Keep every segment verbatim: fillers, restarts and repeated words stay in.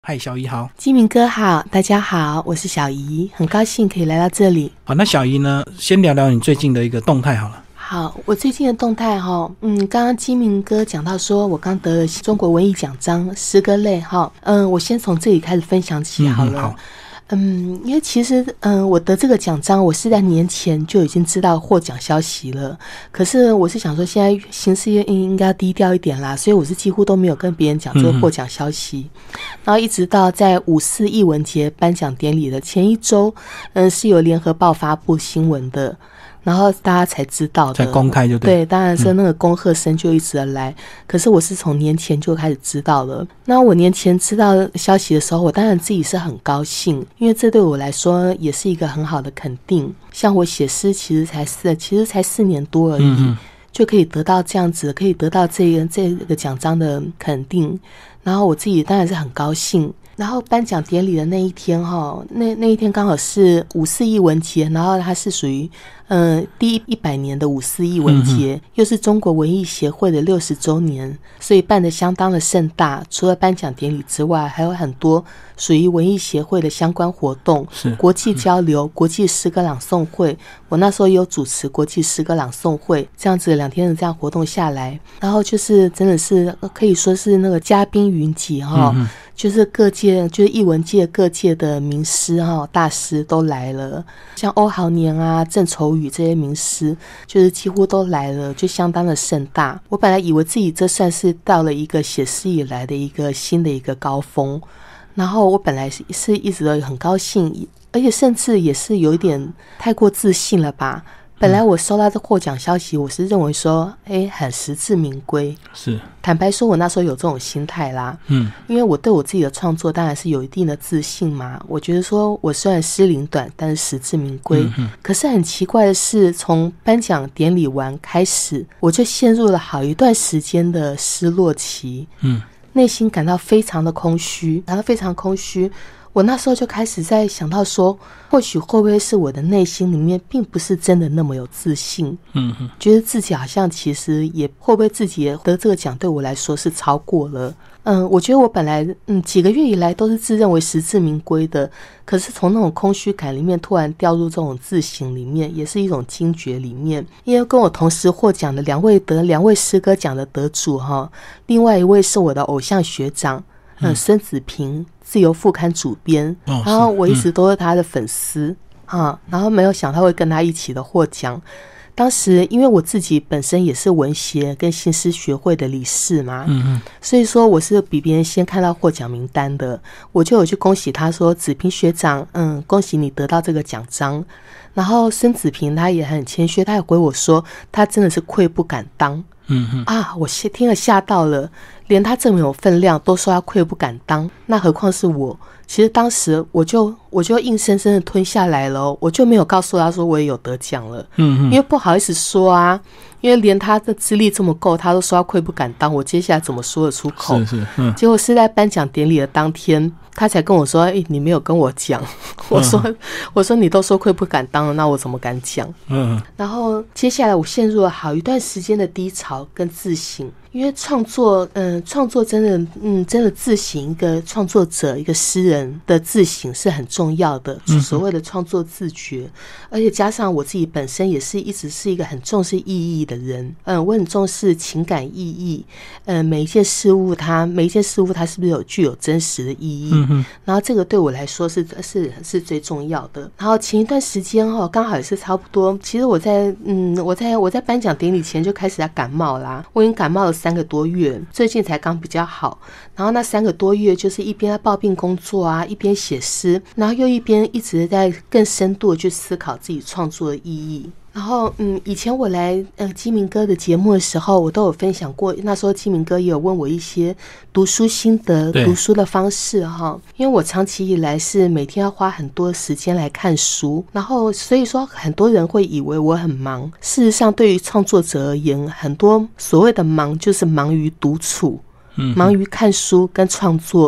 嗨，小姨好。 基民哥好，大家好，我是小姨，很高兴可以来到这里。 好，那小姨呢，先聊聊你最近的一个动态好了。 好，我最近的动态哈，嗯，刚刚基民哥讲到说我刚得了中国文艺奖章诗歌类哈，嗯，我先从这里开始分享起好了。嗯好嗯，因为其实，嗯，我得这个奖章，我是在年前就已经知道获奖消息了。可是我是想说，现在新事业应该要低调一点啦，所以我是几乎都没有跟别人讲这个获奖消息。嗯、然后一直到在五四艺文节颁奖典礼的前一周，嗯，是有联合报发布新闻的。然后大家才知道的， 才公开就对。 对，当然是那个恭贺声就一直来、嗯、可是我是从年前就开始知道了。那我年前知道消息的时候，我当然自己是很高兴，因为这对我来说也是一个很好的肯定。像我写诗其实才四其实才四年多而已、嗯、就可以得到这样子，可以得到这个这个奖章的肯定，然后我自己当然是很高兴。然后颁奖典礼的那一天哈，那那一天刚好是五四艺文节，然后它是属于嗯、呃、第一百年的五四艺文节、嗯，又是中国文艺协会的六十周年，所以办得相当的盛大。除了颁奖典礼之外，还有很多属于文艺协会的相关活动，是国际交流、嗯、国际诗歌朗诵会。我那时候也有主持国际诗歌朗诵会，这样子两天的这样活动下来，然后就是真的是可以说是那个嘉宾云集哈。嗯就是各界，就是艺文界各界的名师哈、大师都来了，像欧豪年啊、郑愁予这些名师，就是几乎都来了，就相当的盛大。我本来以为自己这算是到了一个写诗以来的一个新的一个高峰，然后我本来是是一直都很高兴，而且甚至也是有一点太过自信了吧。本来我收到这获奖消息，我是认为说，哎，很实至名归。是，坦白说，我那时候有这种心态啦。嗯，因为我对我自己的创作当然是有一定的自信嘛。我觉得说我虽然诗龄短，但是实至名归。嗯、可是很奇怪的是，从颁奖典礼完开始，我就陷入了好一段时间的失落期。嗯，内心感到非常的空虚，感到非常空虚。我那时候就开始在想到说，或许会不会是我的内心里面并不是真的那么有自信，嗯哼，觉得自己好像其实也会不会自己也得这个奖对我来说是超过了。嗯，我觉得我本来嗯几个月以来都是自认为实至名归的，可是从那种空虚感里面突然掉入这种自省里面，也是一种惊觉里面。因为跟我同时获奖的两位得两位诗歌奖的得主哈，另外一位是我的偶像学长，嗯，孙子平。自由副刊主编、哦、然后我一直都是他的粉丝、嗯啊、然后没有想到会跟他一起的获奖。当时因为我自己本身也是文协跟新诗学会的理事嘛，嗯嗯，所以说我是比别人先看到获奖名单的，我就有去恭喜他说，子平学长，嗯，恭喜你得到这个奖章。然后孙子平他也很谦虚，他也回我说他真的是愧不敢当。嗯哼啊，我听了吓到了，连他这么有分量都说他愧不敢当，那何况是我。其实当时我就我就硬生生的吞下来了，我就没有告诉他说我也有得奖了。嗯哼，因为不好意思说啊，因为连他的资历这么够，他都说他愧不敢当，我接下来怎么说得出口？是是，嗯。结果是在颁奖典礼的当天，他才跟我说：“哎、欸，你没有跟我讲。”我说：“嗯、我说你都说愧不敢当了，那我怎么敢讲？”嗯。然后接下来我陷入了好一段时间的低潮跟自省。因为创作，嗯，创作真的，嗯，真的自省，一个创作者，一个诗人的自省是很重要的，所谓的创作自觉。而且加上我自己本身也是一直是一个很重视意义的人，嗯，我很重视情感意义，嗯，每一件事物它，每一件事物它是不是有具有真实的意义？嗯、然后这个对我来说是是是最重要的。然后前一段时间哈，刚好也是差不多，其实我在，嗯，我在我在颁奖典礼前就开始在感冒啦，我已经感冒了三个多月，最近才刚比较好。然后那三个多月就是一边在抱病工作啊，一边写诗，然后又一边一直在更深度的去思考自己创作的意义。然后嗯，以前我来呃基民哥的节目的时候，我都有分享过，那时候基民哥也有问我一些读书心得、读书的方式哈。因为我长期以来是每天要花很多时间来看书，然后所以说很多人会以为我很忙，事实上对于创作者而言，很多所谓的忙就是忙于独处。忙于看书跟创作，因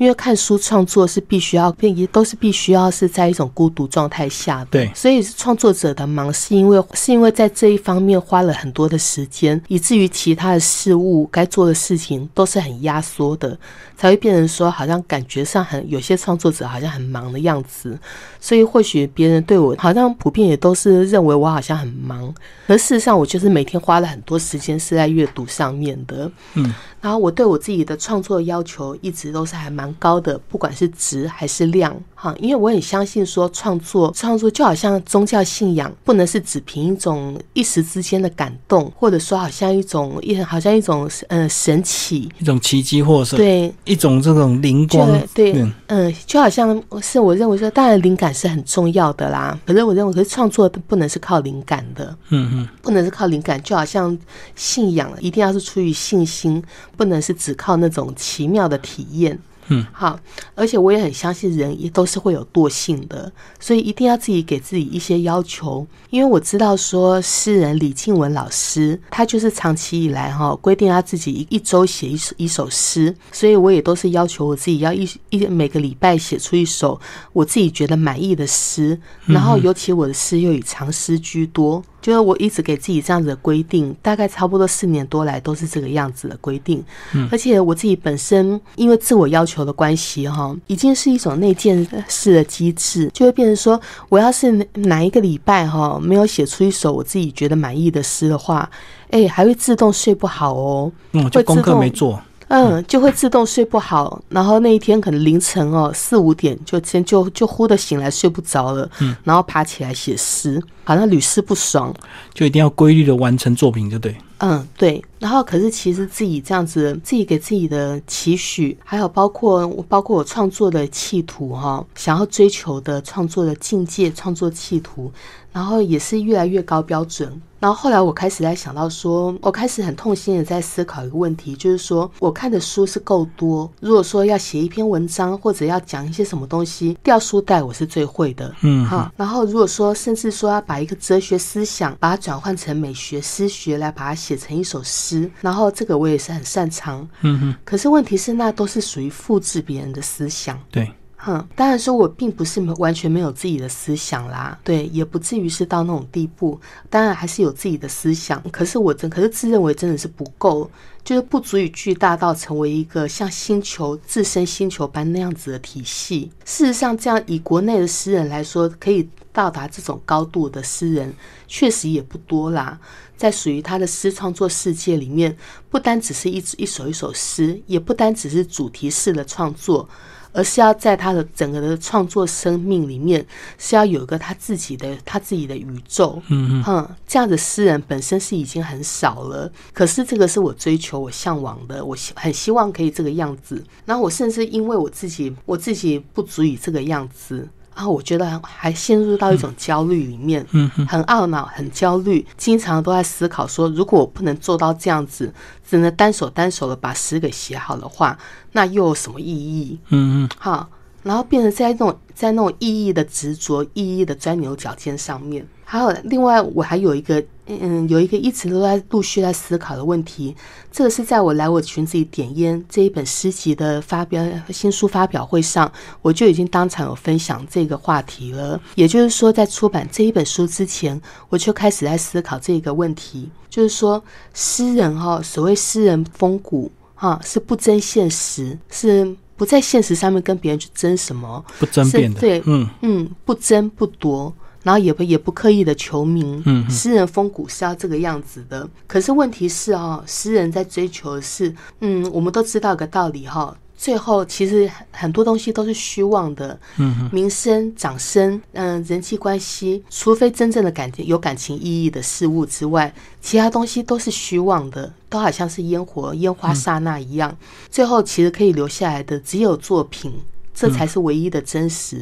因为看书创作是必须要也都是必须要是在一种孤独状态下的， 对， 所以创作者的忙是因为是因为在这一方面花了很多的时间，以至于其他的事物该做的事情都是很压缩的，才会变成说好像感觉上很有些创作者好像很忙的样子。所以或许别人对我好像普遍也都是认为我好像很忙，可事实上我就是每天花了很多时间是在阅读上面的。 嗯， 然后我对我自己的创作要求一直都是还蛮高的，不管是质还是量哈，因为我很相信说创作创作就好像宗教信仰，不能是只凭一种一时之间的感动，或者说好像一种一好像一种呃神奇一种奇迹，或者是对一种这种灵光， 对，嗯嗯，就好像是我认为说，当然灵感是很重要的啦，可是我认为，可是创作不能是靠灵感的， 嗯嗯， 不能是靠灵感，就好像信仰一定要是出于信心，不能是只靠那种奇妙的体验。 嗯， 好，而且我也很相信人也都是会有惰性的，所以一定要自己给自己一些要求。因为我知道说诗人李静文老师，他就是长期以来哈规定他自己一周写一首一首诗，所以我也都是要求我自己要一一每个礼拜写出一首我自己觉得满意的诗，然后尤其我的诗又以长诗居多。就是我一直给自己这样子的规定，大概差不多四年多来都是这个样子的规定。嗯，而且我自己本身因为自我要求的关系哈，已经是一种内建式的机制，就会变成说，我要是哪一个礼拜哈没有写出一首我自己觉得满意的诗的话，哎，还会自动睡不好哦。 嗯，就功课没做。 嗯，就会自动睡不好，然后那一天可能凌晨哦四五点就先就就忽的醒来睡不着了，嗯，然后爬起来写诗，好像屡试不爽， 就一定要规律的完成作品，就对。 嗯，对。然后可是其实自己这样子，自己给自己的期许，还有包括包括我创作的企图哈、哦，想要追求的创作的境界、创作企图，然后也是越来越高标准。然后后来我开始在想到说，我开始很痛心的在思考一个问题，就是说我看的书是够多，如果说要写一篇文章或者要讲一些什么东西，掉书袋我是最会的，嗯，好。然后如果说甚至说要把一个哲学思想把它转换成美学诗学来把它写成一首诗，然后这个我也是很擅长，嗯哼。可是问题是那都是属于复制别人的思想， 对。 嗯，当然说我并不是完全没有自己的思想啦，对，也不至于是到那种地步，当然还是有自己的思想，可是我真可是自认为真的是不够，就是不足以巨大到成为一个像星球自身星球般那样子的体系。事实上这样以国内的诗人来说，可以到达这种高度的诗人确实也不多啦，在属于他的诗创作世界里面，不单只是一一首一首诗，也不单只是主题式的创作，而是要在他的整个的创作生命里面是要有一个他自己的他自己的宇宙。嗯嗯，这样的诗人本身是已经很少了，可是这个是我追求我向往的，我很希望可以这个样子。然后我甚至因为我自己我自己不足以这个样子，然后我觉得还陷入到一种焦虑里面，嗯，很懊恼很焦虑，经常都在思考说，如果我不能做到这样子，只能单手单手的把诗给写好的话，那又有什么意义？嗯嗯，好，然后变成在那种在那种意义的执着、意义的钻牛角尖上面。还有另外，我还有一个嗯，有一个一直都在陆续在思考的问题，这个是在我来我群子里点烟这一本诗集的发表新书发表会上，我就已经当场有分享这个话题了。也就是说，在出版这一本书之前，我就开始在思考这个问题，就是说，诗人哈、哦，所谓诗人风骨哈、啊，是不争现实，是不在现实上面跟别人去争什么， 不争辩的， 对，嗯嗯，不争不夺。然后也不也不刻意的求名，嗯，诗人风骨是要这个样子的。可是问题是哦，诗人在追求的是，嗯，我们都知道个道理哈、哦，最后其实很多东西都是虚妄的，嗯，名声、掌声，嗯、呃，人际关系，除非真正的感情有感情意义的事物之外，其他东西都是虚妄的，都好像是烟火、烟花刹那一样。嗯、最后其实可以留下来的只有作品，这才是唯一的真实。嗯，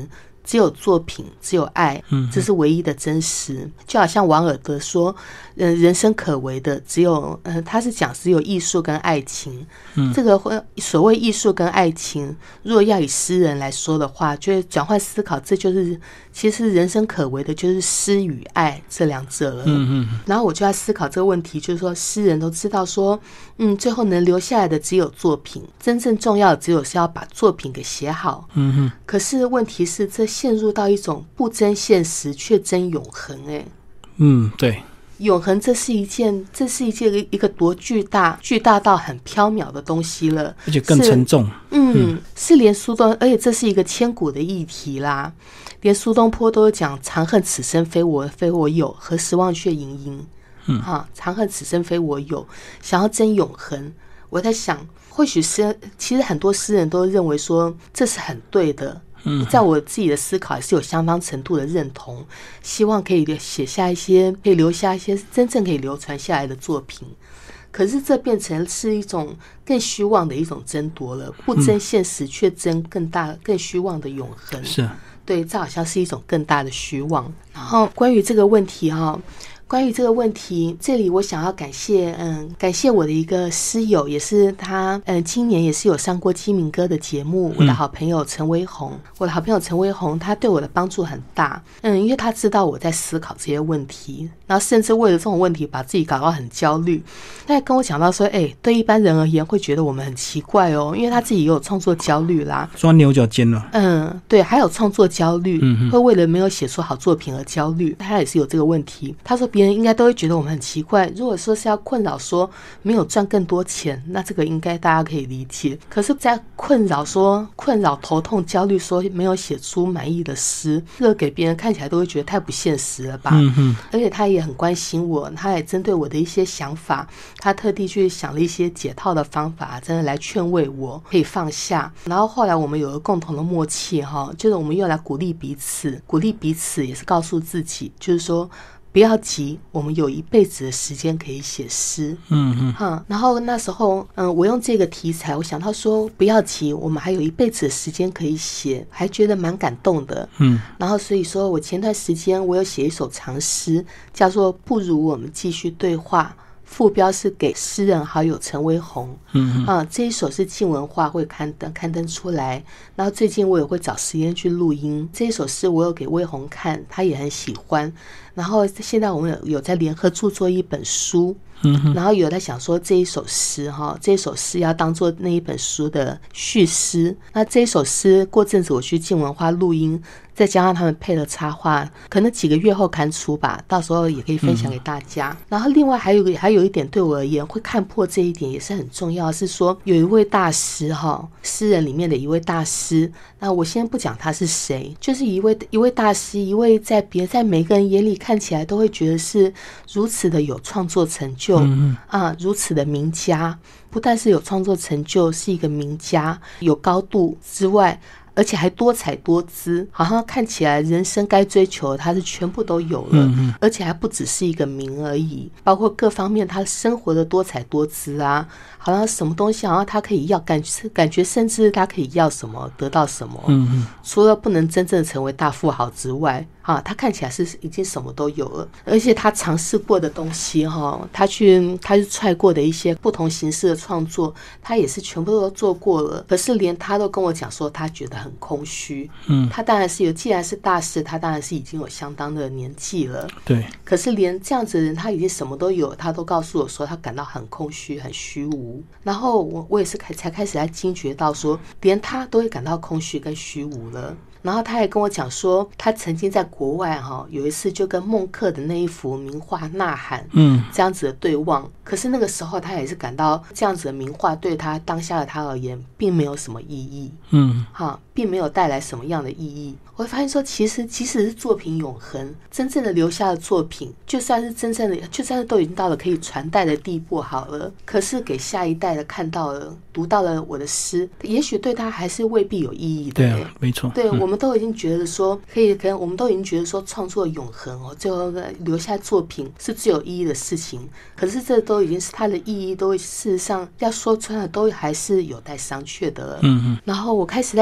只有作品，只有爱，这是唯一的真实。就好像王尔德说，呃，人生可为的只有，呃，他是讲只有艺术跟爱情。嗯，这个所谓艺术跟爱情，如果要以诗人来说的话，就会转换思考，这就是其实人生可为的就是诗与爱这两者了。嗯嗯。然后我就要思考这个问题，就是说，诗人都知道说，嗯，最后能留下来的只有作品，真正重要的只有是要把作品给写好。嗯哼。可是问题是，这陷入到一种不真现实却真永恒。哎， 嗯，对。 永恒，这是一件，这是一件一个多巨大、巨大到很缥缈的东西了， 而且更沉重。 嗯，嗯是连苏东，而且这是一个千古的议题啦。连苏东坡都讲“长恨此生非我非我有，何时忘却营营”。嗯，哈，长恨此生非我有，想要真永恒。我在想，或许是，其实很多诗人都认为说这是很对的。嗯，在我自己的思考也是有相当程度的认同，希望可以写下一些，可以留下一些真正可以流传下来的作品。可是这变成是一种更虚妄的一种争夺了，不争现实却争更大、更虚妄的永恒。 是， 对，这好像是一种更大的虚妄。然后关于这个问题哈、哦。关于这个问题，这里我想要感谢，嗯，感谢我的一个师友，也是他，嗯，今年也是有上过鸡鸣哥的节目，我的好朋友陈威宏，我的好朋友陈威宏，他对我的帮助很大，嗯，因为他知道我在思考这些问题，然后甚至为了这种问题把自己搞到很焦虑，他还跟我讲到说，哎，对一般人而言会觉得我们很奇怪哦，因为他自己也有创作焦虑啦， 钻牛角尖了， 嗯，对，还有创作焦虑，嗯，会为了没有写出好作品而焦虑，他也是有这个问题，他说别人应该都会觉得我们很奇怪，如果说是要困扰说没有赚更多钱，那这个应该大家可以理解，可是在困扰说困扰头痛焦虑说没有写出满意的诗，这个给别人看起来都会觉得太不现实了吧。嗯哼，而且他也很关心我，他也针对我的一些想法，他特地去想了一些解套的方法，真的来劝慰我可以放下。然后后来我们有了共同的默契哈，就是我们又来鼓励彼此，鼓励彼此也是告诉自己，就是说不要急，我们有一辈子的时间可以写诗。嗯嗯哈，然后那时候，嗯，我用这个题材，我想到说不要急，我们还有一辈子的时间可以写，还觉得蛮感动的。嗯，然后所以说我前段时间我有写一首长诗，叫做《不如我们继续对话》。副标是给诗人好友陈威宏，嗯啊，这一首是静文化会刊登刊登出来，然后最近我也会找时间去录音。这一首诗我有给威宏看，他也很喜欢。然后现在我们有有在联合著作一本书，嗯，然后有在想说这一首诗哈，这一首诗要当做那一本书的序诗。那这一首诗过阵子我去静文化录音，再加上他们配了插画，可能几个月后刊出吧，到时候也可以分享给大家。嗯，然后另外还有还有一点对我而言会看破这一点也是很重要，是说有一位大师哈，诗人里面的一位大师，那我先不讲他是谁，就是一位一位大师，一位在别在每个人眼里看起来都会觉得是如此的有创作成就，嗯，啊，如此的名家，不但是有创作成就，是一个名家，有高度之外，而且还多彩多姿，好像看起来人生该追求的他是全部都有了，嗯，而且还不只是一个名而已，包括各方面他生活的多彩多姿啊，好像什么东西好像他可以要，感觉感觉甚至他可以要什么得到什么，嗯，除了不能真正成为大富豪之外啊，他看起来是已经什么都有了，而且他尝试过的东西哈，他去他去踹过的一些不同形式的创作，他也是全部都做过了。可是连他都跟我讲说，他觉得很空虚。嗯，他当然是有，既然是大师，他当然是已经有相当的年纪了。 对。 可是连这样子的人，他已经什么都有，他都告诉我说，他感到很空虚、很虚无。然后我我也是开才开始来惊觉到说，连他都会感到空虚跟虚无了。然后他还跟我讲说，他曾经在国外哈有一次就跟孟克的那一幅名画《呐喊》嗯这样子的对望，可是那个时候他也是感到这样子的名画对他当下的他而言并没有什么意义，嗯哈，并没有带来什么样的意义。我会发现说，其实即使是作品永恒，真正的留下的作品，就算是真正的，就算是都已经到了可以传代的地步好了，可是给下一代的看到了、读到了我的诗，也许对他还是未必有意义的。 对啊，没错。 对，嗯，我们都已经觉得说，可以跟我们都已经觉得说，创作永恒哦，最后留下作品是最有意义的事情。可是这都已经是它的意义，都事实上要说穿了，都还是有待商榷的了。嗯嗯。然后我开始在想，因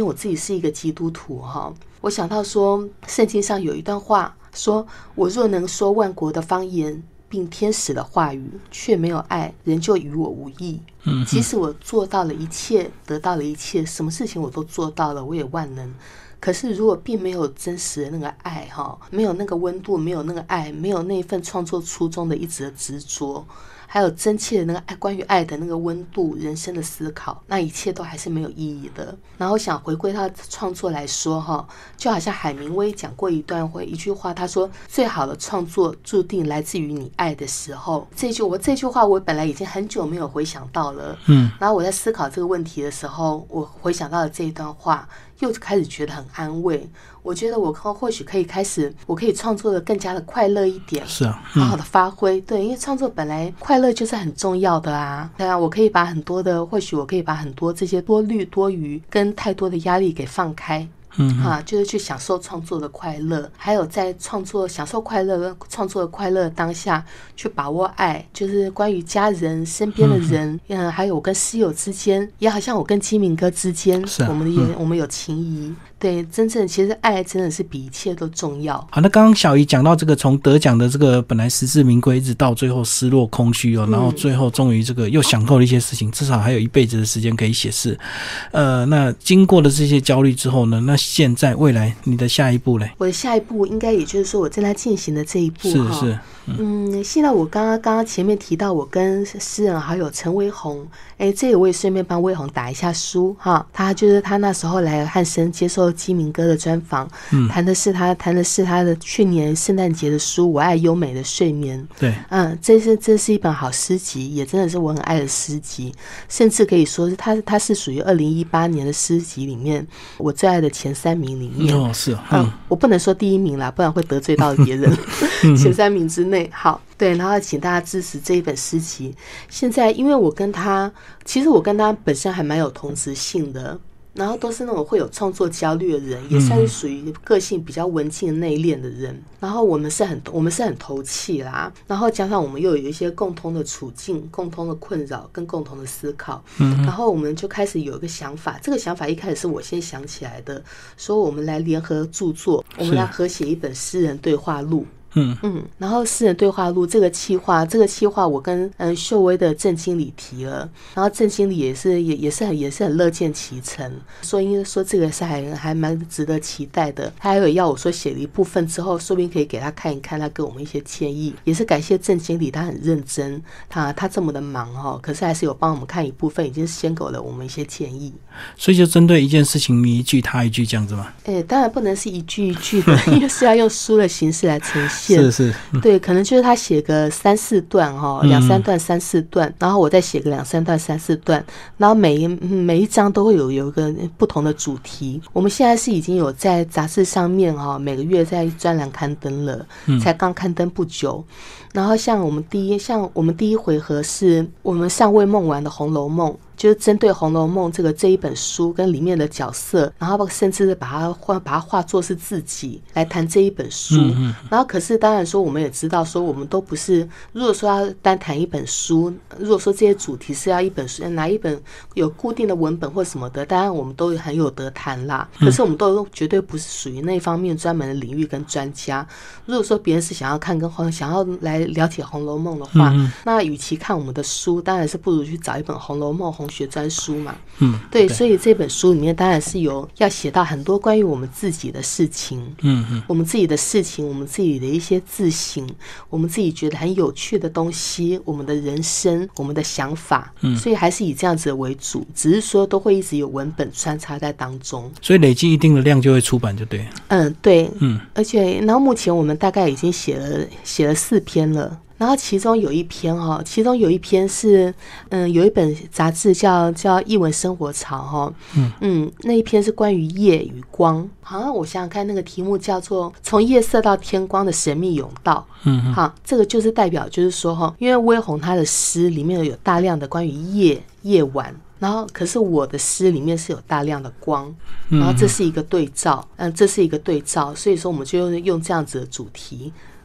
为我自己是一个基督徒哈，我想到说圣经上有一段话说，我若能说万国的方言并天使的话语，却没有爱，人就与我无益。嗯，即使我做到了一切，得到了一切，什么事情我都做到了，我也万能，可是如果并没有真实的那个爱哈，没有那个温度，没有那个爱，没有那一份创作初衷的一直的执着，还有真切的那个爱，关于爱的那个温度，人生的思考，那一切都还是没有意义的。然后想回归他创作来说哈，就好像海明威讲过一段话，一句话，他说最好的创作注定来自于你爱的时候。这句我这句话我本来已经很久没有回想到了，嗯，然后我在思考这个问题的时候，我回想到了这一段话，又开始觉得很安慰。我觉得我或许可以开始，我可以创作的更加的快乐一点， 是啊， 嗯、好好的发挥。对，因为创作本来快乐就是很重要的啊。对啊，我可以把很多的，或许我可以把很多这些多虑多余跟太多的压力给放开。嗯，啊，就是去享受创作的快乐，还有在创作享受快乐创作的快乐当下去把握爱，就是关于家人身边的人，嗯，还有我跟室友之间，也好像我跟基明哥之间， 是、啊、 我们也、 嗯、 我们有情谊。对，真正其实爱真的是比一切都重要。 好，那刚刚小姨讲到这个从得奖的这个本来实至名归，一直到最后失落空虚哦，然后最后终于这个又想透了一些事情，至少还有一辈子的时间可以写诗。呃，那经过了这些焦虑之后呢，那现在未来你的下一步嘞？ 我的下一步应该也就是说我正在进行的这一步是是。 嗯, 嗯，现在我刚刚刚刚前面提到我跟诗人好友陈威宏，哎，这个我也顺便帮威宏打一下书哈。他就是他那时候来汉声接受基明哥的专访，嗯，谈的是他谈的是他的去年圣诞节的书《我爱优美的睡眠》。 对， 嗯，这是这是一本好诗集，也真的是我很爱的诗集，甚至可以说是他他是属于二零一八年的诗集里面我最爱的前三名里面。 哦，是， 嗯，嗯我不能说第一名啦，不然会得罪到别人。前三名之内，好，对，然后请大家支持这一本诗集。现在因为我跟他，其实我跟他本身还蛮有同质性的，然后都是那种会有创作焦虑的人，也算是属于个性比较文静内敛的人。然后我们是很我们是很投契啦，然后加上我们又有一些共同的处境、共同的困扰跟共同的思考，嗯，然后我们就开始有一个想法。这个想法一开始是我先想起来的，说我们来联合著作，我们来合写一本诗人对话录。嗯嗯，然后诗人对话录这个企划，这个企划我跟嗯秀威的郑经理提了，然后郑经理也是也也是很也是很乐见其成，说因为说这个是还还蛮值得期待的。他还有要我说写了一部分之后，说不定可以给他看一看，他给我们一些建议。也是感谢郑经理，他很认真，他他这么的忙哦，可是还是有帮我们看一部分，已经先给了我们一些建议。 所以就针对一件事情，你一句他一句这样子吗？ 哎，当然不能是一句一句的，因为是要用书的形式来呈现。 是是、 嗯，对，可能就是他写个三四段哈、哦，两三段三四段，然后我再写个两三段三四段，然后每一每一章都会有有一个不同的主题。我们现在是已经有在杂志上面哈、哦，每个月在专栏刊登了，才刚刊登不久。然后像我们第一像我们第一回合是我们尚未梦完的《红楼梦》。就是针对《红楼梦》这个这一本书跟里面的角色，然后甚至把它画把它画作是自己来谈这一本书。嗯嗯然后可是当然说我们也知道说我们都不是，如果说要单谈一本书，如果说这些主题是要一本书拿一本有固定的文本或什么的，当然我们都很有得谈啦。可是我们都绝对不是属于那方面专门的领域跟专家。如果说别人是想要看跟想要来了解《红楼梦》的话，嗯那与其看我们的书，当然是不如去找一本《红楼梦》红学专书嘛，嗯，对，所以这本书里面当然是有要写到很多关于我们自己的事情，嗯嗯，我们自己的事情，我们自己的一些自省，我们自己觉得很有趣的东西，我们的人生，我们的想法，嗯，所以还是以这样子为主，只是说都会一直有文本穿插在当中， 所以累积一定的量就会出版，就对， 嗯，对，嗯，而且然后目前我们大概已经写了写了四篇了。然后其中有一篇哈、哦，其中有一篇是，嗯，有一本杂志叫叫《艺文生活潮》哈、哦，嗯嗯，那一篇是关于夜与光，好像我想想看，那个题目叫做《从夜色到天光的神秘甬道》，嗯，好，这个就是代表就是说哈，因为威宏他的诗里面有大量的关于夜夜晚。然后可是我的诗里面是有大量的光，然后这是一个对照，嗯，这是一个对照，所以说我们就用用这样子的主题，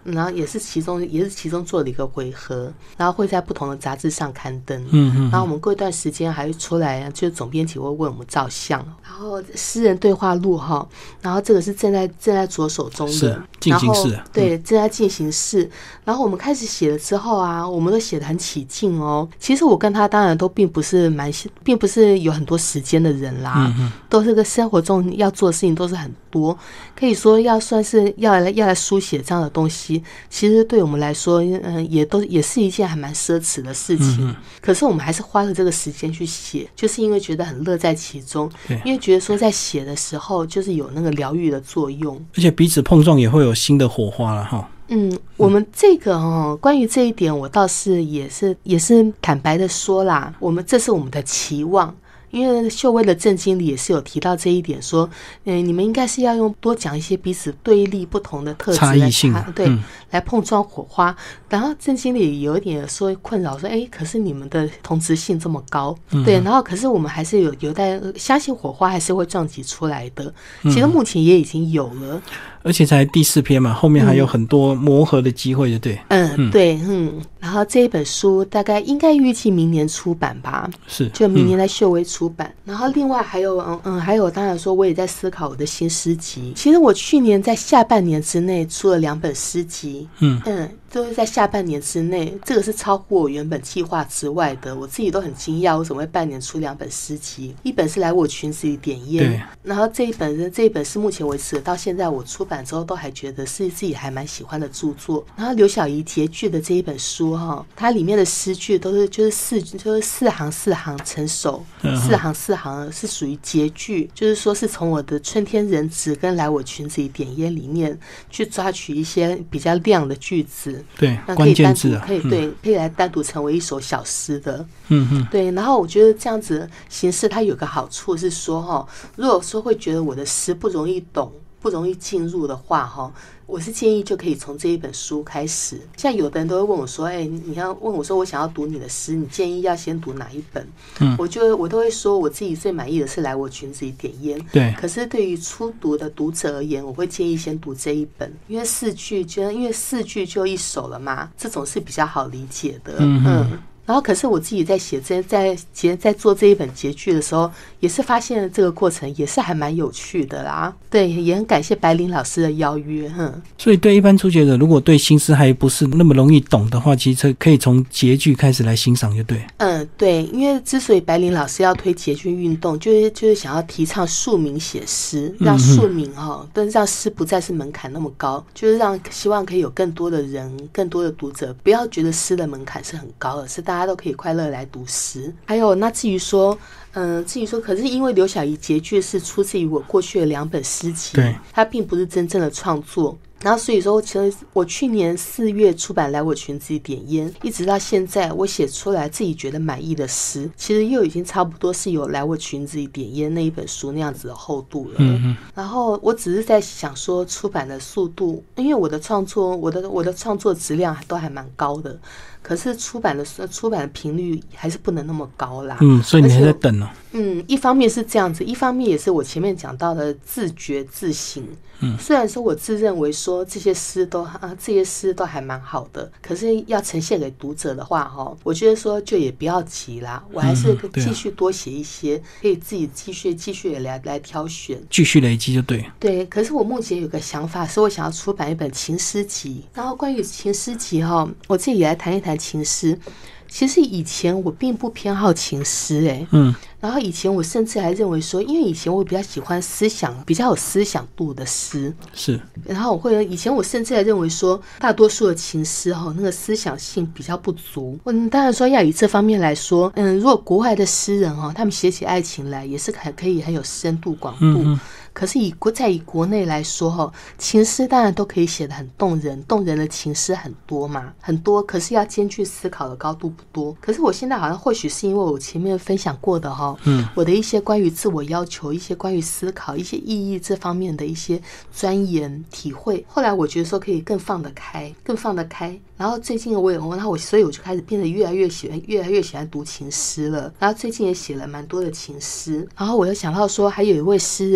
然后也是其中也是其中做了一个回合，然后会在不同的杂志上刊登。 嗯嗯。 然后我们过一段时间还会出来，就是总编辑会为我们照相。然后诗人对话录哈，然后这个是正在正在着手中的进行式， 对，正在进行式。然后我们开始写了之后啊，我们都写得很起劲哦。其实我跟他当然都并不是蛮，并不是有很多时间的人啦，嗯嗯，都是个生活中要做的事情都是很多，可以说要算是要来要来书写这样的东西，其实对我们来说，嗯，也都也是一件还蛮奢侈的事情。嗯，可是我们还是花了这个时间去写，就是因为觉得很乐在其中，因为觉得说在写的时候就是有那个疗愈的作用， 而且彼此碰撞也会有新的火花了哈。 嗯，我们这个哦，关于这一点，我倒是也是也是坦白的说啦，我们这是我们的期望。因为秀威的郑经理也是有提到这一点，说，嗯，你们应该是要用多讲一些彼此对立不同的特质来差异性， 对，嗯，来碰撞火花。然后郑经理有一点说困扰，说，哎，可是你们的同质性这么高，嗯，对，然后可是我们还是有有待相信火花还是会撞击出来的。其实目前也已经有了。 而且才第四篇嘛，后面还有很多磨合的机会，对不对？ 嗯，嗯对，嗯。然后这一本书大概应该预计明年出版吧， 是， 就明年在秀威出版。嗯，然后另外还有，嗯嗯，还有当然说我也在思考我的新诗集。其实我去年在下半年之内出了两本诗集，嗯嗯。都是在下半年之内，这个是超乎我原本计划之外的，我自己都很惊讶，为什么会半年出两本诗集？一本是来我裙子里点烟，然后这一本这一本是目前为止到现在我出版之后都还觉得是自己还蛮喜欢的著作。然后刘小怡结句的这一本书哈，它里面的诗句都是就是四就是四行四行成首，四行四行是属于结句，就是说是从我的春天人子跟来我裙子里点烟里面去抓取一些比较亮的句子。 对，关键字啊， 可以对，可以来单独成为一首小诗的。 嗯嗯， 对。然后我觉得这样子形式它有个好处是说哈，如果说会觉得我的诗不容易懂、不容易进入的话哈，我是建议就可以从这一本书开始。像有的人都会问我说，哎，你要问我说我想要读你的诗，你建议要先读哪一本？嗯，我就我都会说我自己最满意的是来我裙子里点烟。 对。 可是对于初读的读者而言，我会建议先读这一本，因为四句就因为四句就一首了嘛，这种是比较好理解的。嗯嗯。然后，可是我自己在写这在结在做这一本结句的时候，也是发现这个过程也是还蛮有趣的啦。对，也很感谢白灵老师的邀约。哼， 所以对一般初学者，如果对新诗还不是那么容易懂的话，其实可以从结句开始来欣赏，就对。 嗯，对，因为之所以白灵老师要推结句运动，就是就是想要提倡庶民写诗，让庶民哈、哦，但、嗯、让诗不再是门槛那么高，就是让希望可以有更多的人、更多的读者，不要觉得诗的门槛是很高的，是大家都可以快乐来读诗。还有，那至于说，嗯、呃，至于说，可是因为刘小怡结句是出自于我过去的两本诗集， 对， 它并不是真正的创作。然后所以说，其实我去年四月出版来我裙子里点烟，一直到现在，我写出来自己觉得满意的诗，其实又已经差不多是有来我裙子里点烟那一本书那样子的厚度了。嗯嗯。然后我只是在想说，出版的速度，因为我的创作，我的我的创作质量都还蛮高的。可是出版的出版的频率还是不能那么高啦。 嗯，所以你还在等呢、啊。 嗯，一方面是这样子，一方面也是我前面讲到的自觉自省。嗯，虽然说我自认为说这些诗都啊这些诗都还蛮好的，可是要呈现给读者的话哈，我觉得说就也不要急啦，我还是继续多写一些，嗯啊、可以自己继续继续来来挑选， 继续累积就对。 对，可是我目前有个想法，是我想要出版一本情诗集，然后关于情诗集哈，我自己也来谈一谈情诗。其实以前我并不偏好情诗，哎，嗯，然后以前我甚至还认为说，因为以前我比较喜欢思想比较有思想度的诗， 是， 然后我会以前我甚至还认为说，大多数的情诗哈，那个思想性比较不足。嗯，当然说要以这方面来说，嗯，如果国外的诗人哈，他们写起爱情来也是很可以很有深度广度。嗯嗯，可是以国在以国内来说哈，情诗当然都可以写得很动人，动人的情诗很多嘛，很多，可是要兼具思考的高度不多。可是我现在好像或许是因为我前面分享过的哈，嗯，我的一些关于自我要求、一些关于思考、一些意义这方面的一些钻研体会，后来我觉得说可以更放得开，更放得开。然后最近我也，然后我所以我就开始变得越来越喜欢，越来越喜欢读情诗了。然后最近也写了蛮多的情诗。然后我又想到说，还有一位诗人哈、哦，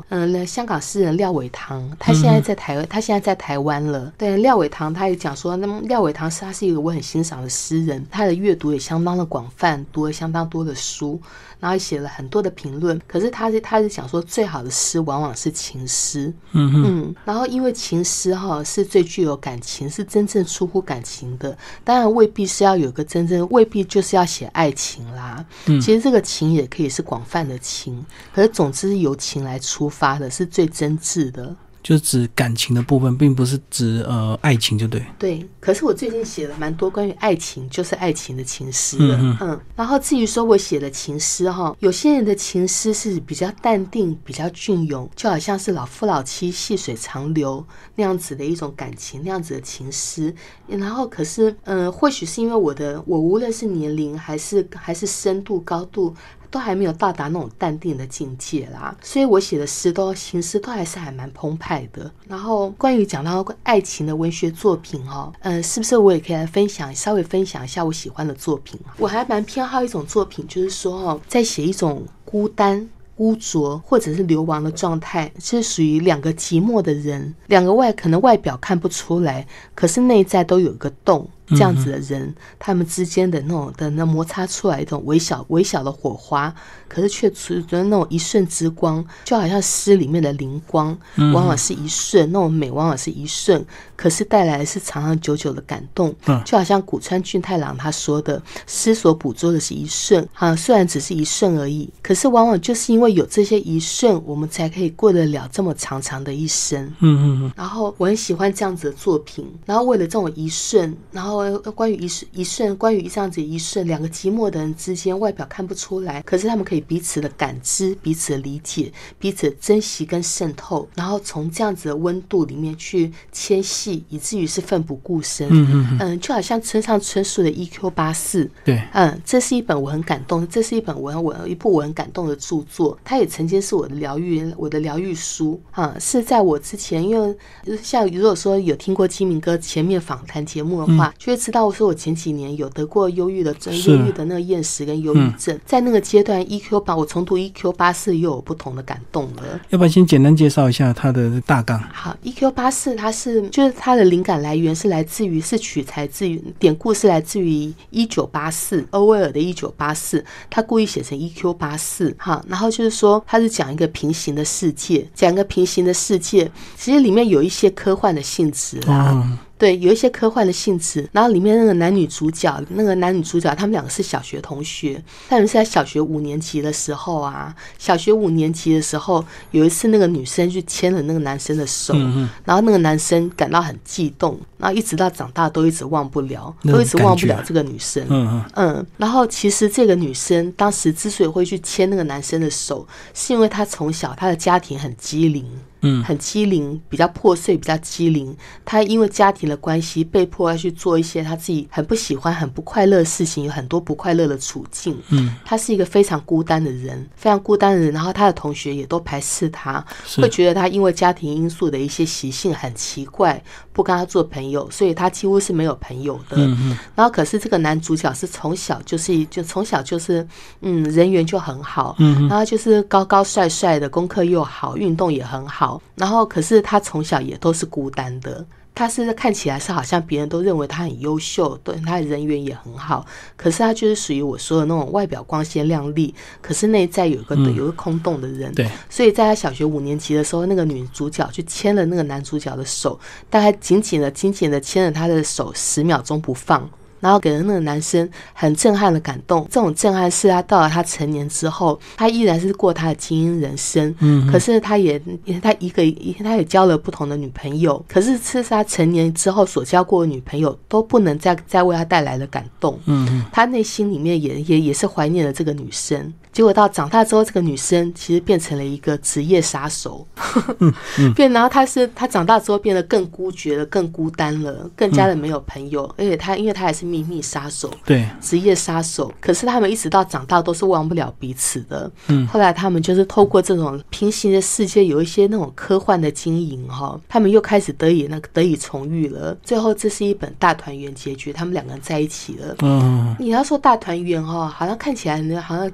嗯，香港诗人廖伟棠，他现在在台、嗯、他现在在台湾了。对，廖伟棠他也讲说，那么廖伟棠是他是一个我很欣赏的诗人，他的阅读也相当的广泛，读了相当多的书，然后也写了很多的评论。可是他是他是讲说，最好的诗往往是情诗。嗯嗯，然后因为情诗哈是最具有感情，是真正出乎感情的。当然未必是要有个真正，未必就是要写爱情啦。嗯，其实这个情也可以是广泛的情，可是总之是由情来出发的，是最真挚的。 就指感情的部分，并不是指呃爱情，就对。 对，可是我最近写了蛮多关于爱情，就是爱情的情诗的。嗯, 嗯然后至于说我写的情诗哈，有些人的情诗是比较淡定，比较隽永，就好像是老夫老妻细水长流那样子的一种感情，那样子的情诗。然后可是嗯，或许是因为我的我无论是年龄还是还是深度高度，都还没有到达那种淡定的境界啦，所以我写的诗都情诗都还是还蛮澎湃的。然后关于讲到爱情的文学作品哦，嗯、呃，是不是我也可以来分享，稍微分享一下我喜欢的作品？我还蛮偏好一种作品，就是说哦，在写一种孤单、孤寂或者是流亡的状态，是属于两个寂寞的人，两个外可能外表看不出来，可是内在都有一个洞。这样子的人、嗯、他们之间的那种的那摩擦出来一种微小微小的火花，可是却处于那种一瞬之光，就好像诗里面的灵光、嗯、往往是一瞬，那种美往往是一瞬，可是带来的是长长久久的感动、嗯、就好像古川俊太郎他说的，诗所捕捉的是一瞬、啊、虽然只是一瞬而已，可是往往就是因为有这些一瞬，我们才可以过得了这么长长的一生。嗯嗯。然后我很喜欢这样子的作品，然后为了这种一瞬，然后关于一瞬一瞬关于这样子一瞬，两个寂寞的人之间外表看不出来，可是他们可以彼此的感知，彼此的理解，彼此的珍惜跟渗透，然后从这样子的温度里面去牵系，以至于是奋不顾身。嗯嗯嗯，就好像村上春树的 E Q 八四，对，嗯，这是一本我很感动，这是一本我我一部我很感动的著作，它也曾经是我的疗愈我的疗愈书啊，是在我之前，因为像如果说有听过基民哥前面访谈节目的话，嗯、就会知道我说我前几年有得过忧郁的忧郁的那个厌食跟忧郁症、嗯，在那个阶段 E Q 八我重读 E Q 八四又有不同的感动了。 要不然先简单介绍一下它的大纲？ 好 ，E Q 八四它是就是它的灵感来源是来自于是取材自于典故是来自于一九八四欧威尔的一九八四，他故意写成 E Q 八四哈，然后就是说他是讲一个平行的世界，讲一个平行的世界，其实里面有一些科幻的性质啦。哦，对，有一些科幻的性质，然后里面那个男女主角，那个男女主角他们两个是小学同学，他们是在小学五年级的时候啊，小学五年级的时候，有一次那个女生去牵了那个男生的手，嗯、然后那个男生感到很悸动，然后一直到长大都一直忘不了，都一直忘不了这个女生。嗯嗯，然后其实这个女生当时之所以会去牵那个男生的手，是因为她从小她的家庭很机灵。嗯，很机灵，比较破碎，比较机灵。他因为家庭的关系，被迫要去做一些他自己很不喜欢、很不快乐的事情，有很多不快乐的处境。嗯，他是一个非常孤单的人，非常孤单的人。然后他的同学也都排斥他，会觉得他因为家庭因素的一些习性很奇怪，不跟他做朋友，所以他几乎是没有朋友的。嗯嗯。然后可是这个男主角是从小就是就从小就是嗯人缘就很好，嗯，然后就是高高帅帅的，功课又好，运动也很好。然后可是他从小也都是孤单的，他是看起来是好像别人都认为他很优秀，对，他的人缘也很好，可是他就是属于我说的那种外表光鲜亮丽，可是内在有一个、嗯、有一个空洞的人。对，所以在他小学五年级的时候，那个女主角就牵了那个男主角的手，大概紧紧的紧紧的牵了他的手十秒钟不放，然后给人那个男生很震撼的感动。这种震撼是他到了他成年之后，他依然是过他的精英人生，嗯，可是他也他一个他也交了不同的女朋友，可是是他成年之后所交过的女朋友都不能再再为他带来的感动，嗯，他内心里面也也也是怀念了这个女生。结果到长大之后，这个女生其实变成了一个职业杀手，嗯嗯、变然后她是她长大之后变得更孤绝了，更孤单了，更加的没有朋友，嗯、而且她因为她也是秘密杀手，对，职业杀手。可是他们一直到长大都是忘不了彼此的。嗯，后来他们就是透过这种平行的世界，有一些那种科幻的经营哈，他们又开始得以那个得以重遇了。最后这是一本大团圆结局，他们两个人在一起了。嗯，你要说大团圆哈，好像看起来呢，好像讲得很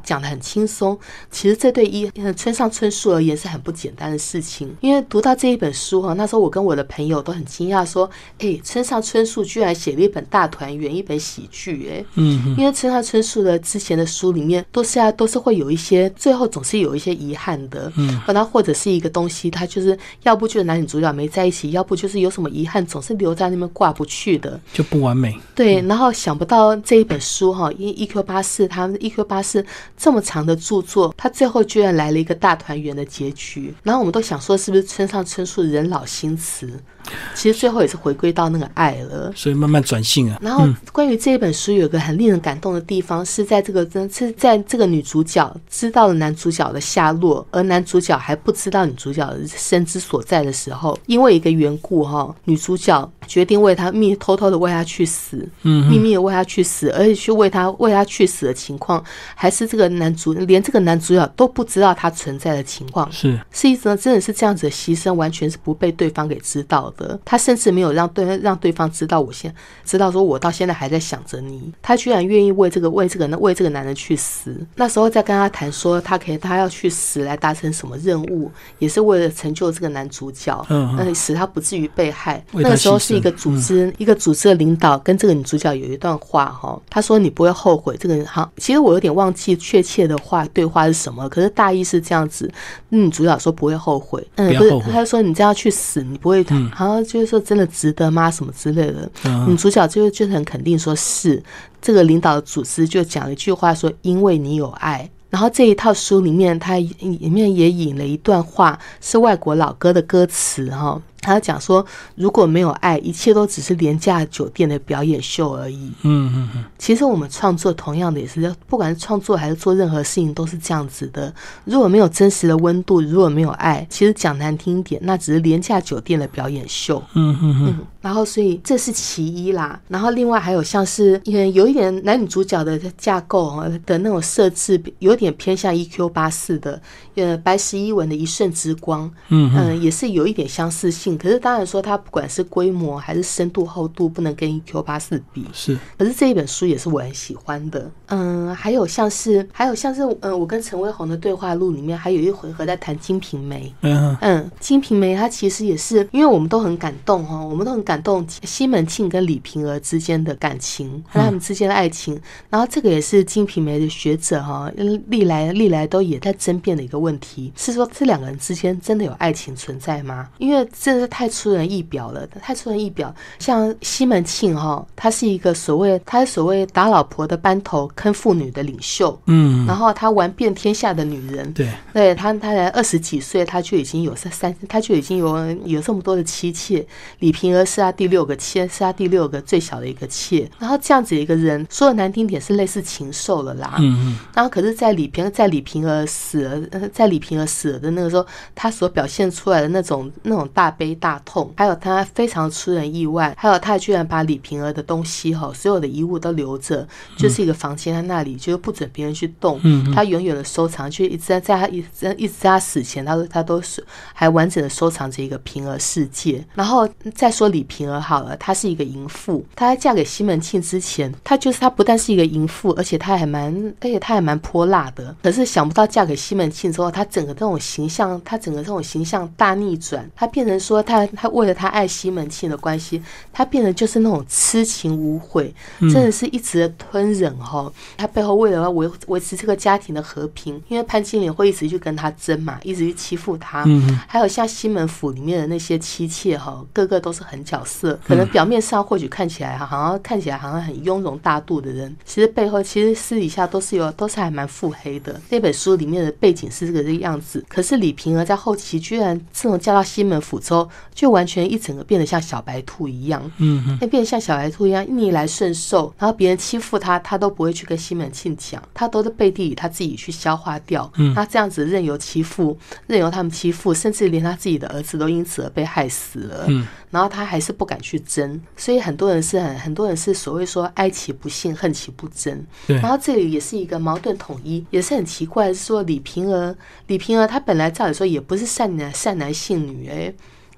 轻松。其实这对一村上春树而言是很不简单的事情，因为读到这一本书哈，那时候我跟我的朋友都很惊讶说，哎，村上春树居然写了一本大团圆，一本喜剧，哎，嗯，因为村上春树的之前的书里面都是啊，都是会有一些最后总是有一些遗憾的，嗯，那或者是一个东西，它就是要不就是男女主角没在一起，要不就是有什么遗憾，总是留在那边挂不去的， 就不完美。 对，然后想不到这一本书哈，因为 E Q 八四他们 E Q 八四这么长的著作，他最后居然来了一个大团圆的结局，然后我们都想说是不是村上春树人老心慈，其实最后也是回归到那个爱了， 所以慢慢转性啊。 然后关于这一本书有一个很令人感动的地方，是在这个是在这个女主角知道了男主角的下落，而男主角还不知道女主角的身之所在的时候，因为一个缘故哈，女主角决定为他秘偷偷的为他去死，嗯，秘密的为他去死，而且去为他为他去死的情况，还是这个男主连这个男主角都不知道他存在的情况， 是是一种真的是这样子的牺牲，完全是不被对方给知道的。他甚至没有让对让对方知道，我现知道说我到现在还在想着你，他居然愿意为这个为这个为这个男人去死。那时候在跟他谈说他可以他要去死来达成什么任务，也是为了成就这个男主角，嗯，嗯使他不至于被害。那个时候是一个组织、嗯、一个组织的领导跟这个女主角有一段话哈，他说你不会后悔。这个人好，其实我有点忘记确切的话对话是什么，可是大意是这样子。女主角说不会后悔，嗯，不是，他说你这样去死，你不会，嗯、好像就是说真的值得吗？什么之类的。嗯、女主角就就很肯定说是。这个领导的组织就讲了一句话说，因为你有爱。然后这一套书里面，它里面也引了一段话，是外国老歌的歌词哈。他讲说，如果没有爱，一切都只是廉价酒店的表演秀而已。嗯嗯嗯。其实我们创作同样的也是，不管是创作还是做任何事情都是这样子的。如果没有真实的温度，如果没有爱，其实讲难听一点，那只是廉价酒店的表演秀。嗯嗯嗯。然后所以这是其一啦。然后另外还有像是有一点男女主角的架构的那种设置，有点偏向 E Q 八四 的，呃，白石一文的一瞬之光。嗯嗯，也是有一点相似性。可是当然说它不管是规模还是深度厚度不能跟 E Q 八四 比，是。可是这一本书也是我很喜欢的。嗯，还有像是还有像是嗯，我跟陈威宏的对话录里面还有一回合在谈金瓶梅。嗯嗯，金瓶梅它其实也是因为我们都很感动哈，我们都很感动西门庆跟李瓶儿之间的感情，和他们之间的爱情。然后这个也是金瓶梅的学者哈，历来历来都也在争辩的一个问题，是说这两个人之间真的有爱情存在吗？因为这是太出人意表了，太出人意表。像西门庆哈，他是一个所谓他是所谓打老婆的班头、坑妇女的领袖，嗯，然后他玩遍天下的女人，对，对他他才二十几岁，他就已经有三，他就已经有有这么多的妻妾。李瓶儿是他第六个妾，是他第六个最小的一个妾。然后这样子一个人，说的难听点是类似禽兽了啦，嗯嗯。然后可是，在李瓶在李瓶儿死了，在李瓶儿死了的那个时候，他所表现出来的那种那种大悲大痛，还有他非常出人意外，还有他居然把李瓶儿的东西哈，所有的遗物都留着，就是一个房间在那里，就是不准别人去动，嗯，他永远的收藏，就一直在在他一直一直在他死前，他他都是还完整的收藏着一个瓶儿世界。然后再说李瓶儿好了，她是一个淫妇，她在嫁给西门庆之前，她就是她不但是一个淫妇，而且她还蛮而且她还蛮泼辣的。可是想不到嫁给西门庆之后，她整个这种形象，她整个这种形象大逆转，她变成说她她为了她爱西门庆的关系，她变成就是那种痴情无悔，真的是一直的吞忍哈。她背后为了维维持这个家庭的和平，因为潘金莲会一直去跟她争嘛，一直去欺负她。嗯，还有像西门府里面的那些妻妾哈，个个都是狠角色，可能表面上或许看起来好像看起来好像很雍容大度的人，其实背后其实私底下都是有都是还蛮腹黑的。那本书里面的背景是这个这个样子，可是李瓶儿在后期居然这种嫁到西门府之后，就完全一整个变得像小白兔一样，嗯，变得像小白兔一样逆来顺受，然后别人欺负他，他都不会去跟西门庆讲，他都是背地里他自己去消化掉。嗯，他这样子任由欺负，任由他们欺负，甚至连他自己的儿子都因此而被害死了。嗯，然后他还是不敢去争，所以很多人是很很多人是所谓说哀其不幸，恨其不争。对，然后这里也是一个矛盾统一，也是很奇怪，是说李瓶儿，李瓶儿她本来照理说也不是善男善男信女，哎，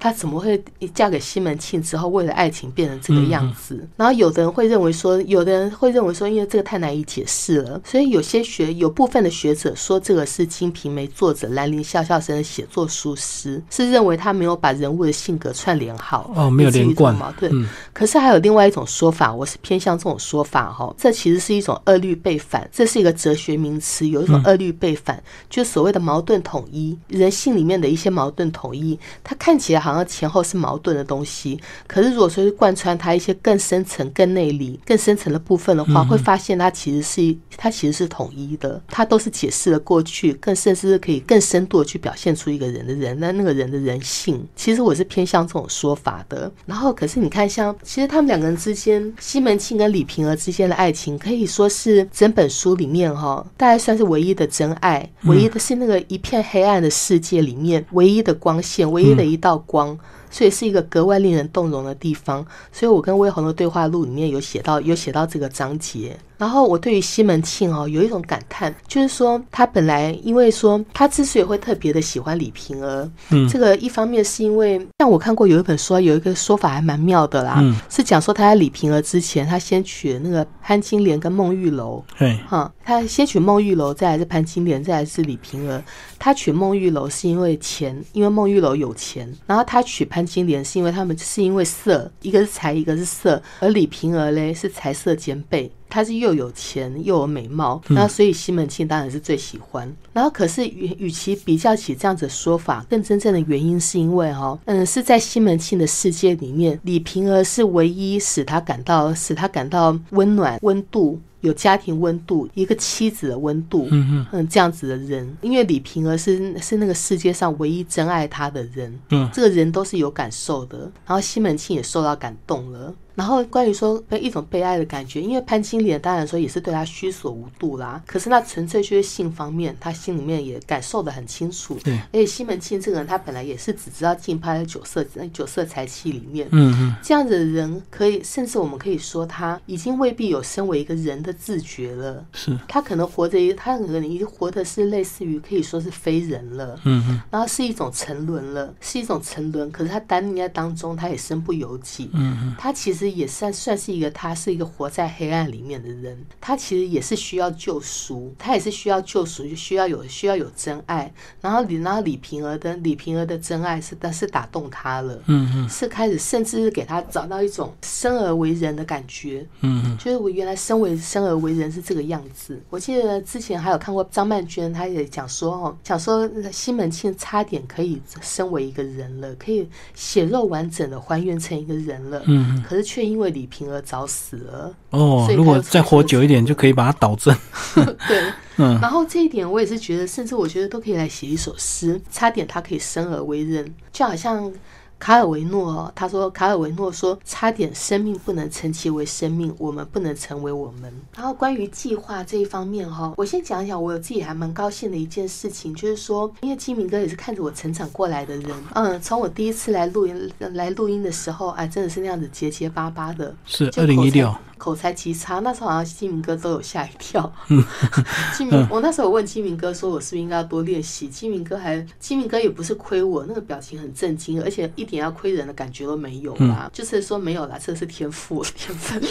她怎么会嫁给西门庆之后为了爱情变成这个样子、嗯、然后有的人会认为说有的人会认为说因为这个太难以解释了，所以有些学有部分的学者说这个是金瓶梅作者兰陵笑笑生的写作疏失，是认为他没有把人物的性格串联好， 哦，没有连贯矛盾、嗯、可是还有另外一种说法，我是偏向这种说法、哦、这其实是一种二律背反，这是一个哲学名词，有一种二律背反、嗯、就是所谓的矛盾统一，人性里面的一些矛盾统一，它看起来好像前后是矛盾的东西，可是如果说是贯穿它一些更深层更内里更深层的部分的话、嗯、会发现它其实是它其实是统一的，它都是解释了过去，更甚至是可以更深度的去表现出一个人的人那那个人的人性，其实我是偏向这种说法的。然后可是你看像其实他们两个人之间，西门庆跟李瓶儿之间的爱情可以说是整本书里面、哦、大概算是唯一的真爱，唯一的是那个一片黑暗的世界里面唯一的光线，唯一的一道光，所以是一个格外令人动容的地方。所以我跟魏红的对话录里面有写到有写到这个章节。然后我对于西门庆哦有一种感叹，就是说他本来因为说他之所以会特别的喜欢李瓶儿、嗯、这个一方面是因为像我看过有一本书有一个说法还蛮妙的啦、嗯、是讲说他在李瓶儿之前他先娶了那个潘金莲跟孟玉楼，对、嗯、他先娶孟玉楼，再来是潘金莲，再来是李瓶儿。他娶孟玉楼是因为钱，因为孟玉楼有钱，然后他娶潘金莲是因为他们是因为色，一个是财一个是色，而李瓶儿嘞是财色兼备，他是又有钱又有美貌，然后所以西门庆当然是最喜欢。然后可是与与其比较起这样子的说法，更真正的原因是因为、哦、嗯，是在西门庆的世界里面，李瓶儿是唯一使他感到使他感到温暖温度，有家庭温度，一个妻子的温度，嗯嗯，这样子的人，因为李瓶儿是是那个世界上唯一真爱他的人，嗯，这个人都是有感受的，然后西门庆也受到感动了。然后关于说一种被爱的感觉，因为潘金莲当然说也是对他虚所无度啦，可是那纯粹就是性方面他心里面也感受得很清楚。对，而且西门庆这个人他本来也是只知道浸泡在酒色酒色财气里面，嗯嗯，这样子的人可以甚至我们可以说他已经未必有身为一个人的自觉了，是他可能活着他可能已经活的是类似于可以说是非人了，嗯嗯，然后是一种沉沦了，是一种沉沦，可是他单立在当中他也身不由己，嗯嗯，他其实也算算是一个他是一个活在黑暗里面的人，他其实也是需要救赎，他也是需要救赎，就需要有需要有真爱。然后李然后李瓶儿的李瓶儿的真爱是但是打动他了，嗯嗯，是开始甚至是给他找到一种生而为人的感觉，嗯嗯，就是我原来生为生而为人是这个样子。我记得之前还有看过张曼娟，她也讲说哦，讲说西门庆差点可以身为一个人了，可以血肉完整的还原成一个人了，嗯嗯，可是却因为李瓶儿早死了哦，如果再活久一点就可以把它导正对，嗯，然后这一点我也是觉得，甚至我觉得都可以来写一首诗，差点他可以生而为人，就好像卡尔维诺他说卡尔维诺说差点生命不能称其为生命，我们不能成为我们。然后关于计划这一方面我先讲一讲我有自己还蛮高兴的一件事情，就是说因为基民哥也是看着我成长过来的人，嗯，从我第一次来录音来录音的时候哎，真的是那样子结结巴巴的，是二零一六口才极差，那时候好像基民哥都有吓一跳。基民，我那时候问基民哥说，我是不是应该要多练习？基民哥还，基民哥也不是亏我，那个表情很震惊，而且一点要亏人的感觉都没有啦，嗯、就是说没有啦，这是天赋天分。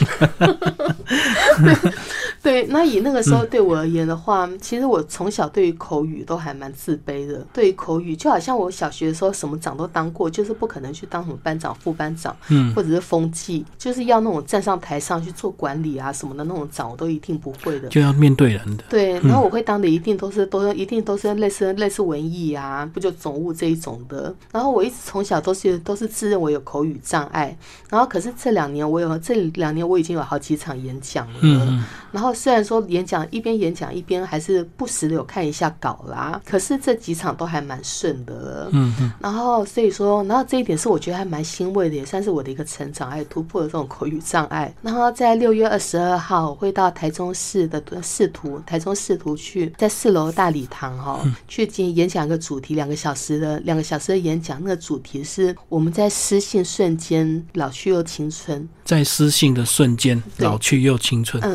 对，那以那个时候对我而言的话，嗯、其实我从小对于口语都还蛮自卑的。对于口语，就好像我小学的时候什么长都当过，就是不可能去当什么班长、副班长，嗯，或者是风纪，就是要那种站上台上去做管理啊什么的那种长，我都一定不会的， 就要面对人的。 对，然后我会当的一定都是都是一定都是类似类似文艺啊，不就总务这一种的。然后我一直从小都是都是自认为有口语障碍，然后可是这两年我有这两年我已经有好几场演讲了，嗯，然后虽然说演讲一边演讲一边还是不时的有看一下稿啦，可是这几场都还蛮顺的了，嗯嗯。然后所以说，然后这一点是我觉得还蛮欣慰的，也算是我的一个成长，还有突破了这种口语障碍。然后在六月二十二号，我会到台中市的市图，台中市图去，在四楼大礼堂哈、哦嗯，去进演讲一个主题，两个小时的两个小时的演讲。那个主题是我们在失信瞬间老去又青春， 在失信的瞬间老去又青春。嗯嗯，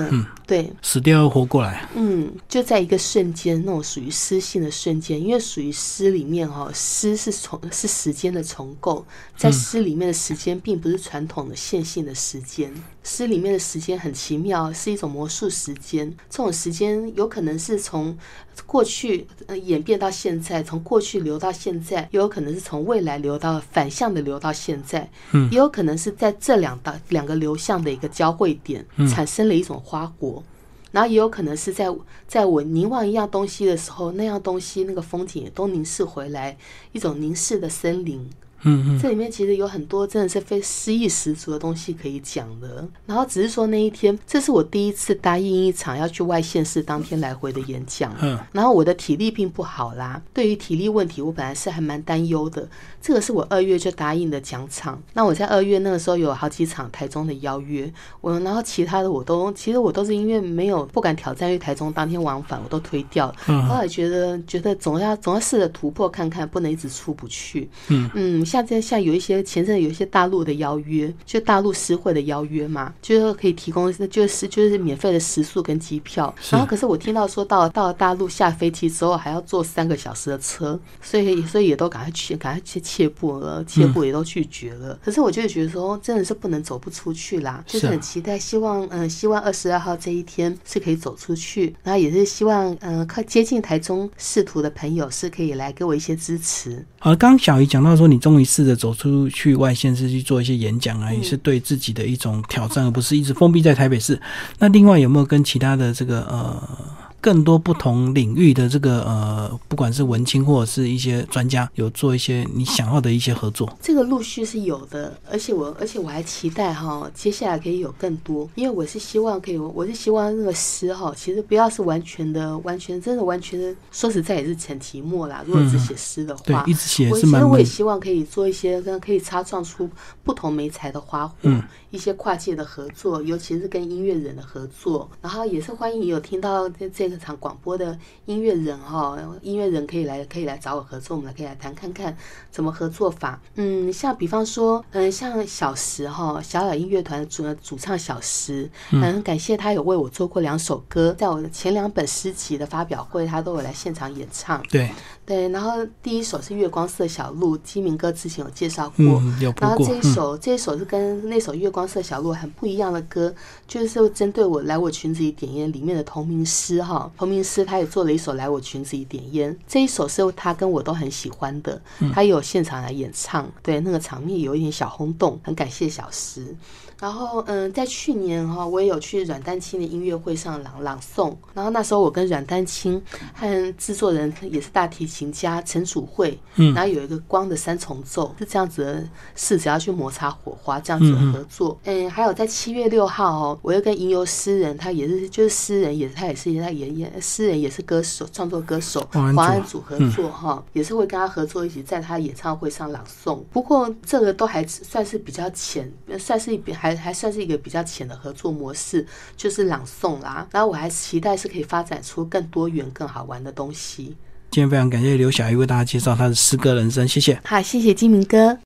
对， 死掉又活过来。 嗯，就在一个瞬间，那种属于诗性的瞬间，因为属于诗里面哈、哦，诗是重是时间的重构，在诗里面的时间并不是传统的线性的时间，诗里面的时间很奇妙，是一种魔术时间。这种时间有可能是从过去演变到现在，从过去流到现在，也有可能是从未来流到反向的流到现在，嗯，也有可能是在这两道两个流向的一个交汇点，产生了一种花果。然后也有可能是在在我凝望一样东西的时候，那样东西那个风景也都凝视回来，一种凝视的森林。嗯嗯，这里面其实有很多真的是非诗意十足的东西可以讲的。然后只是说那一天，这是我第一次答应一场要去外县市当天来回的演讲。嗯，然后我的体力并不好啦，对于体力问题，我本来是还蛮担忧的。这个是我二月就答应的讲场。那我在二月那个时候有好几场台中的邀约，我然后其他的我都其实我都是因为没有不敢挑战，因为台中当天往返我都推掉。嗯，后来觉得觉得总要总要试着突破看看，不能一直出不去。嗯嗯。像这像有一些前阵有一些大陆的邀约，就大陆诗会的邀约嘛，就是可以提供就是就是免费的食宿跟机票。然后可是我听到说到了到了大陆下飞机之后还要坐三个小时的车，所以所以也都赶快去赶快去切步了，切步也都拒绝了。嗯、可是我就觉得说真的是不能走不出去啦，就是很期待，希望嗯希望二十二号这一天是可以走出去，然后也是希望嗯快接近台中仕途的朋友是可以来给我一些支持。 好，刚刚小姨讲到说你终于试着走出去外县市去做一些演讲啊，也是对自己的一种挑战，而不是一直封闭在台北市。那另外有没有跟其他的这个呃更多不同领域的这个呃，不管是文青或者是一些专家，有做一些你想要的一些合作？ 这个陆续是有的，而且我而且我还期待哈，接下来可以有更多，因为我是希望可以，我是希望那个诗哈，其实不要是完全的、完全真的完全的，说实在也是成题目啦。如果只写诗的话， 嗯、对，一直写是蛮。我也希望可以做一些跟可以擦撞出不同媒材的花火，嗯、一些跨界的合作，尤其是跟音乐人的合作。然后也是欢迎有听到这个场广播的音乐人哈，音乐人可以来可以来找我合作，我们可以来谈看看怎么合作法。嗯，像比方说，嗯，像小石哈，小小音乐团的主主唱小石，嗯，很感谢他有为我做过两首歌，在我的前两本诗集的发表会，他都有来现场演唱。 对。 对，然后第一首是月光色小路，基民歌之前有介绍过， 嗯、有播过。 然后这一首、嗯、这一首是跟那首月光色小路很不一样的歌，就是针对我来我裙子里点烟里面的同名诗哈，同名诗他也做了一首来我裙子里点烟，这一首是他跟我都很喜欢的，他也有现场来演唱，对，那个场面有一点小轰动，很感谢小石。然后嗯，在去年哈，我也有去阮丹青的音乐会上朗朗诵，然后那时候我跟阮丹青和制作人也是大提琴家陈祖慧，嗯，然后有一个光的三重奏是这样子的，试着要去摩擦火花这样子的合作。嗯，还有在七月六号哦，我又跟吟游诗人，他也是就是诗人，也是他也是他也也诗人也是歌手，创作歌手黄安祖合作哈、嗯，也是会跟他合作一起在他演唱会上朗诵。不过这个都还算是比较浅，算是比还。还还算是一个比较浅的合作模式，就是朗诵啦。然后我还期待是可以发展出更多元、更好玩的东西。 今天非常感谢刘小姨为大家介绍她的诗歌人生，谢谢。 好，谢谢金明哥。